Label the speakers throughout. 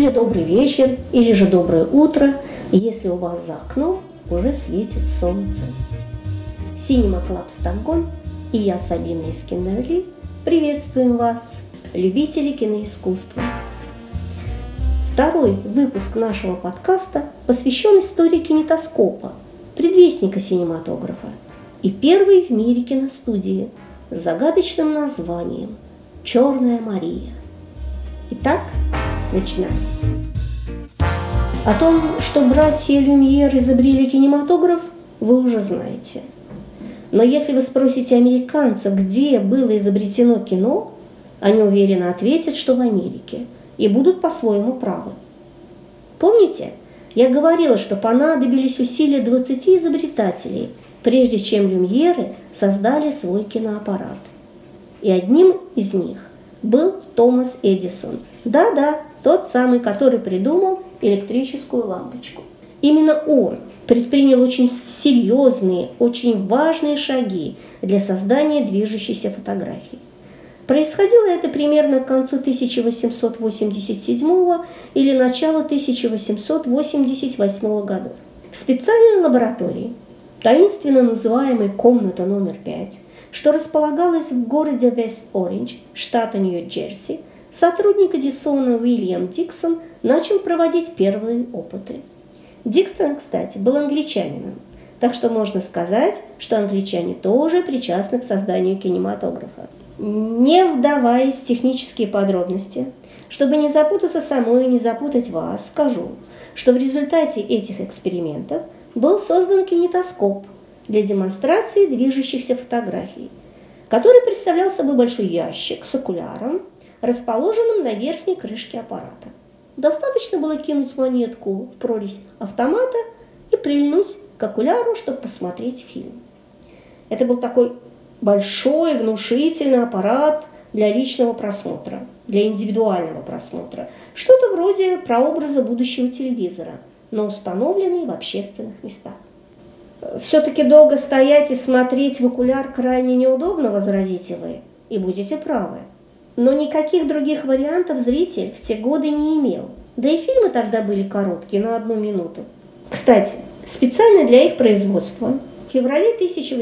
Speaker 1: или добрый вечер, или же доброе утро, если у вас за окном уже светит солнце. Cinema Club Стокгольм и я, Сабина из Киндерли, приветствуем вас, любители киноискусства. Второй выпуск нашего подкаста посвящен истории кинетоскопа, предвестника синематографа, и первой в мире киностудии с загадочным названием «Черная Мария». Итак, начинаем. О том, что братья Люмьер изобрели кинематограф, вы уже знаете. Но если вы спросите американцев, где было изобретено кино, они уверенно ответят, что в Америке, и будут по-своему правы. Помните, я говорила, что понадобились усилия 20 изобретателей, прежде чем Люмьеры создали свой киноаппарат. И одним из них был Томас Эдисон. Да-да, тот самый, который придумал электрическую лампочку. Именно он предпринял очень серьезные, очень важные шаги для создания движущейся фотографии. Происходило это примерно к концу 1887 или началу 1888 годов. В специальной лаборатории, таинственно называемой «Комната номер 5», что располагалась в городе Вест-Ориндж, штата Нью-Джерси, сотрудник Эдисона Уильям Диксон начал проводить первые опыты. Диксон, кстати, был англичанином, так что можно сказать, что англичане тоже причастны к созданию кинематографа. Не вдаваясь в технические подробности, чтобы не запутаться самой и не запутать вас, скажу, что в результате этих экспериментов был создан кинетоскоп для демонстрации движущихся фотографий, который представлял собой большой ящик с окуляром, расположенным на верхней крышке аппарата. Достаточно было кинуть монетку в прорезь автомата и прильнуть к окуляру, чтобы посмотреть фильм. Это был такой большой, внушительный аппарат для личного просмотра, для индивидуального просмотра. Что-то вроде прообраза будущего телевизора, но установленный в общественных местах. Все-таки долго стоять и смотреть в окуляр крайне неудобно, возразите вы, и будете правы. Но никаких других вариантов зритель в те годы не имел. Да и фильмы тогда были короткие, на 1 минуту. Кстати, специально для их производства в феврале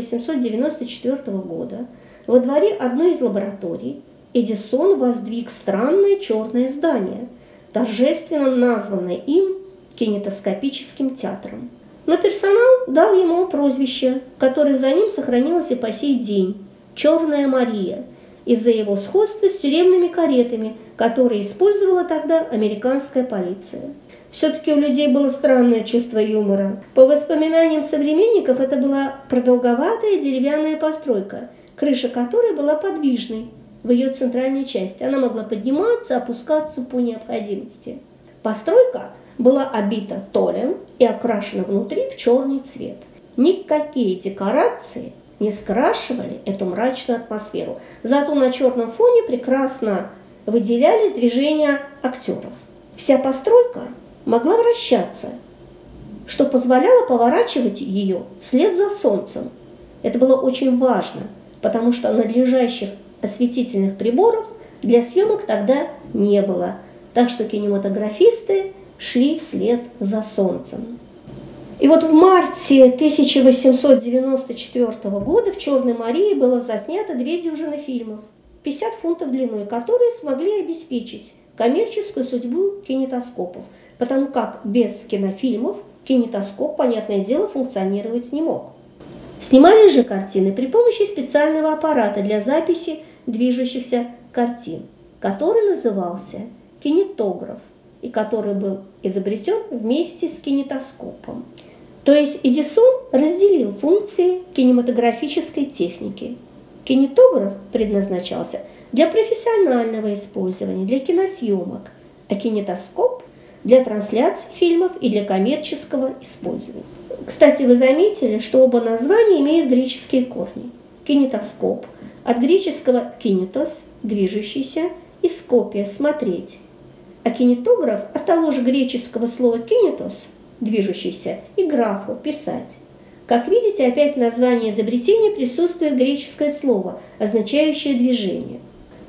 Speaker 1: 1894 года во дворе одной из лабораторий Эдисон воздвиг странное черное здание, торжественно названное им кинетоскопическим театром. Но персонал дал ему прозвище, которое за ним сохранилось и по сей день – «Черная Мария», из-за его сходства с тюремными каретами, которые использовала тогда американская полиция. Все-таки у людей было странное чувство юмора. По воспоминаниям современников, это была продолговатая деревянная постройка, крыша которой была подвижной в ее центральной части. Она могла подниматься, опускаться по необходимости. Постройка была обита толем и окрашена внутри в черный цвет. Никакие декорации не скрашивали эту мрачную атмосферу. Зато на черном фоне прекрасно выделялись движения актеров. Вся постройка могла вращаться, что позволяло поворачивать ее вслед за солнцем. Это было очень важно, потому что надлежащих осветительных приборов для съемок тогда не было. Так что кинематографисты шли вслед за солнцем. И вот в марте 1894 года в «Черной Марии» было заснято 2 дюжины фильмов, 50 фунтов длиной, которые смогли обеспечить коммерческую судьбу кинетоскопов, потому как без кинофильмов кинетоскоп, понятное дело, функционировать не мог. Снимали же картины при помощи специального аппарата для записи движущихся картин, который назывался кинетограф и который был изобретен вместе с кинетоскопом. То есть Эдисон разделил функции кинематографической техники. Кинетограф предназначался для профессионального использования, для киносъемок, а кинетоскоп для трансляции фильмов и для коммерческого использования. Кстати, вы заметили, что оба названия имеют греческие корни. Кинетоскоп от греческого «кинетос» – движущийся, и «скопия» – смотреть. А кинетограф от того же греческого слова «кинетос» – движущийся, и графу – писать. Как видите, опять в названии изобретения присутствует греческое слово, означающее движение.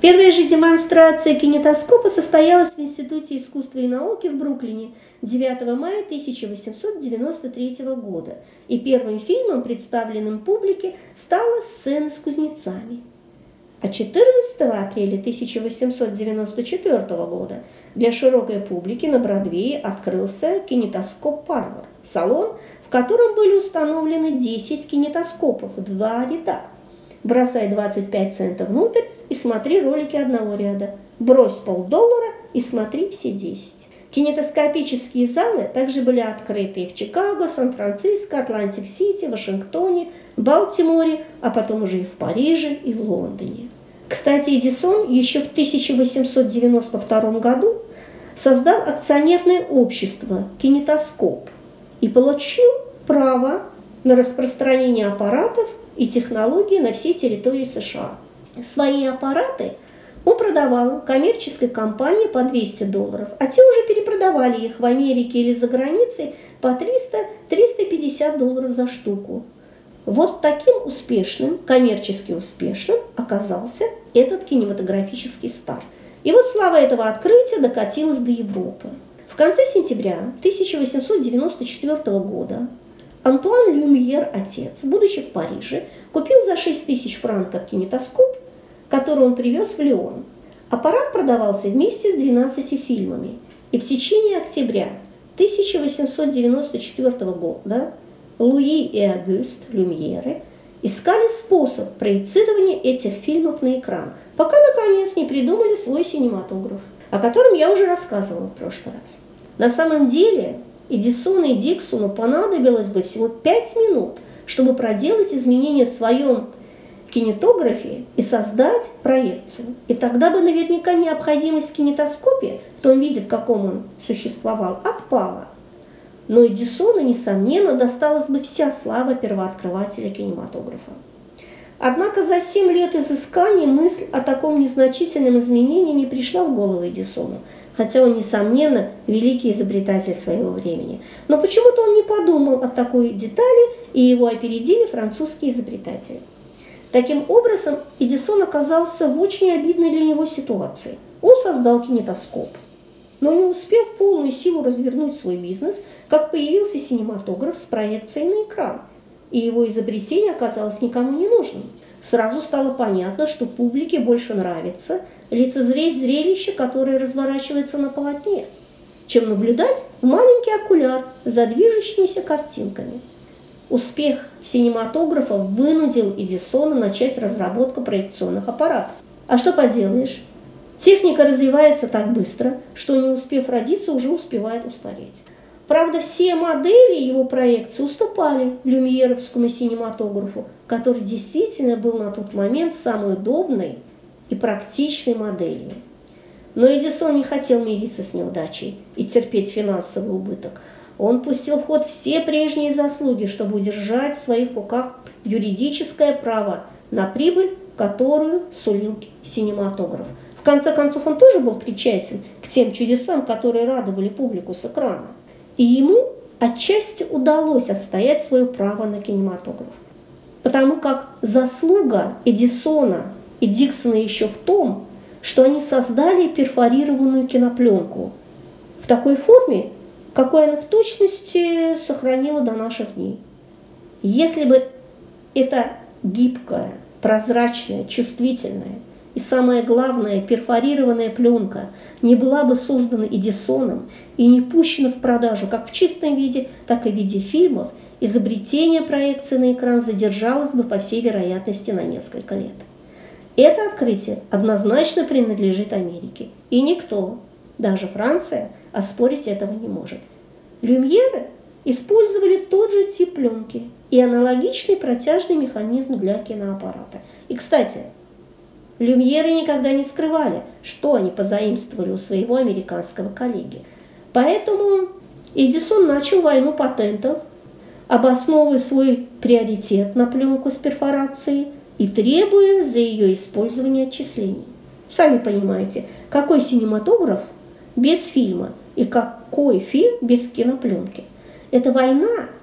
Speaker 1: Первая же демонстрация кинетоскопа состоялась в Институте искусства и науки в Бруклине 9 мая 1893 года, и первым фильмом, представленным публике, стала «Сцена с кузнецами». А 14 апреля 1894 года для широкой публики на Бродвее открылся кинетоскоп-парлор, салон, в котором были установлены 10 кинетоскопов в 2 ряда. Бросай 25 центов внутрь и смотри ролики одного ряда. Брось $5 и смотри все 10. Кинетоскопические залы также были открыты и в Чикаго, Сан-Франциско, Атлантик-Сити, Вашингтоне, Балтиморе, а потом уже и в Париже, и в Лондоне. Кстати, Эдисон еще в 1892 году создал акционерное общество «Кинетоскоп» и получил право на распространение аппаратов и технологий на всей территории США. Свои аппараты он продавал коммерческой компании по $200, а те уже перепродавали их в Америке или за границей по $300–350 за штуку. Вот таким успешным, коммерчески успешным оказался этот кинематографический старт. И вот слава этого открытия докатилась до Европы. В конце сентября 1894 года Антуан Люмьер, отец, будучи в Париже, купил за 6000 франков кинетоскоп, который он привез в Лион. Аппарат продавался вместе с 12 фильмами, и в течение октября 1894 года Луи и Агюст Люмьеры искали способ проецирования этих фильмов на экран, пока, наконец, не придумали свой кинематограф, о котором я уже рассказывала в прошлый раз. На самом деле Эдисону и Диксону понадобилось бы всего 5 минут, чтобы проделать изменения в своем кинетографе и создать проекцию. И тогда бы наверняка необходимость в кинетоскопе в том виде, в каком он существовал, отпала. Но Эдисону, несомненно, досталась бы вся слава первооткрывателя кинематографа. Однако за 7 лет изысканий мысль о таком незначительном изменении не пришла в голову Эдисону, хотя он, несомненно, великий изобретатель своего времени. Но почему-то он не подумал о такой детали, и его опередили французские изобретатели. Таким образом, Эдисон оказался в очень обидной для него ситуации. Он создал кинетоскоп, но не успел в полную силу развернуть свой бизнес, как появился кинематограф с проекцией на экран, и его изобретение оказалось никому не нужным. Сразу стало понятно, что публике больше нравится лицезреть зрелище, которое разворачивается на полотне, чем наблюдать в маленький окуляр за движущимися картинками. Успех кинематографа вынудил Эдисона начать разработку проекционных аппаратов. А что поделаешь? Техника развивается так быстро, что, не успев родиться, уже успевает устареть. Правда, все модели его проекции уступали люмьеровскому кинематографу, который действительно был на тот момент самой удобной и практичной моделью. Но Эдисон не хотел мириться с неудачей и терпеть финансовый убыток. Он пустил в ход все прежние заслуги, чтобы удержать в своих руках юридическое право на прибыль, которую сулил кинематограф. В конце концов, он тоже был причастен к тем чудесам, которые радовали публику с экрана. И ему отчасти удалось отстоять свое право на кинематограф. Потому как заслуга Эдисона и Диксона еще в том, что они создали перфорированную кинопленку в такой форме, какой она в точности сохранила до наших дней. Если бы эта гибкая, прозрачная, чувствительная и, самое главное, перфорированная пленка не была бы создана Эдисоном и не пущена в продажу как в чистом виде, так и в виде фильмов, изобретение проекции на экран задержалось бы, по всей вероятности, на несколько лет. Это открытие однозначно принадлежит Америке, и никто, даже Франция, оспорить этого не может. Люмьеры использовали тот же тип пленки и аналогичный протяжный механизм для киноаппарата. И, кстати, Люмьеры никогда не скрывали, что они позаимствовали у своего американского коллеги. Поэтому Эдисон начал войну патентов, обосновывая свой приоритет на пленку с перфорацией и требуя за ее использование отчислений. Сами понимаете, какой кинематограф без фильма и какой фильм без кинопленки. Эта война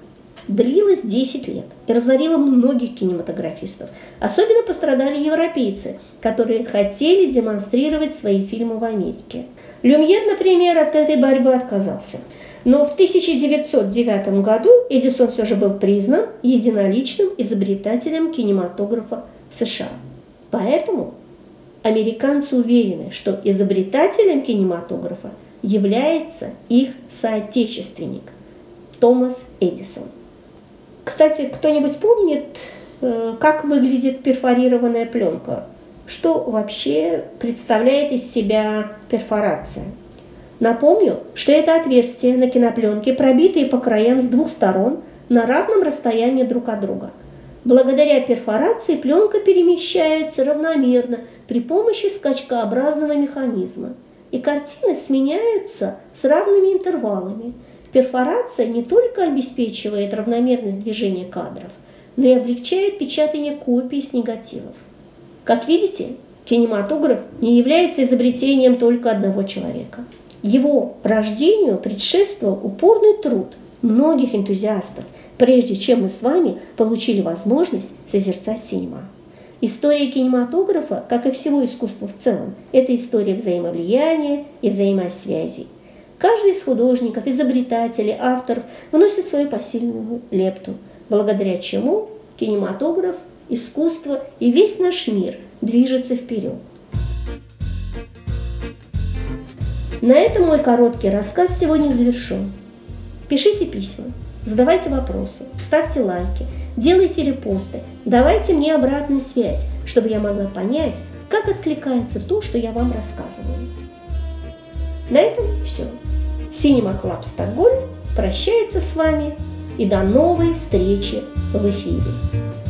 Speaker 1: длилась 10 лет и разорила многих кинематографистов. Особенно пострадали европейцы, которые хотели демонстрировать свои фильмы в Америке. Люмьер, например, от этой борьбы отказался. Но в 1909 году Эдисон все же был признан единоличным изобретателем кинематографа в США. Поэтому американцы уверены, что изобретателем кинематографа является их соотечественник Томас Эдисон. Кстати, кто-нибудь помнит, как выглядит перфорированная пленка? Что вообще представляет из себя перфорация? Напомню, что это отверстия на кинопленке, пробитые по краям с двух сторон на равном расстоянии друг от друга. Благодаря перфорации пленка перемещается равномерно при помощи скачкообразного механизма, и картины сменяются с равными интервалами. Перфорация не только обеспечивает равномерность движения кадров, но и облегчает печатание копий с негативов. Как видите, кинематограф не является изобретением только одного человека. Его рождению предшествовал упорный труд многих энтузиастов, прежде чем мы с вами получили возможность созерцать синема. История кинематографа, как и всего искусства в целом, это история взаимовлияния и взаимосвязей. Каждый из художников, изобретателей, авторов вносит свою посильную лепту, благодаря чему кинематограф, искусство и весь наш мир движется вперед. На этом мой короткий рассказ сегодня завершен. Пишите письма, задавайте вопросы, ставьте лайки, делайте репосты, давайте мне обратную связь, чтобы я могла понять, как откликается то, что я вам рассказываю. На этом все. Cinema Club Стокгольм прощается с вами и до новой встречи в эфире.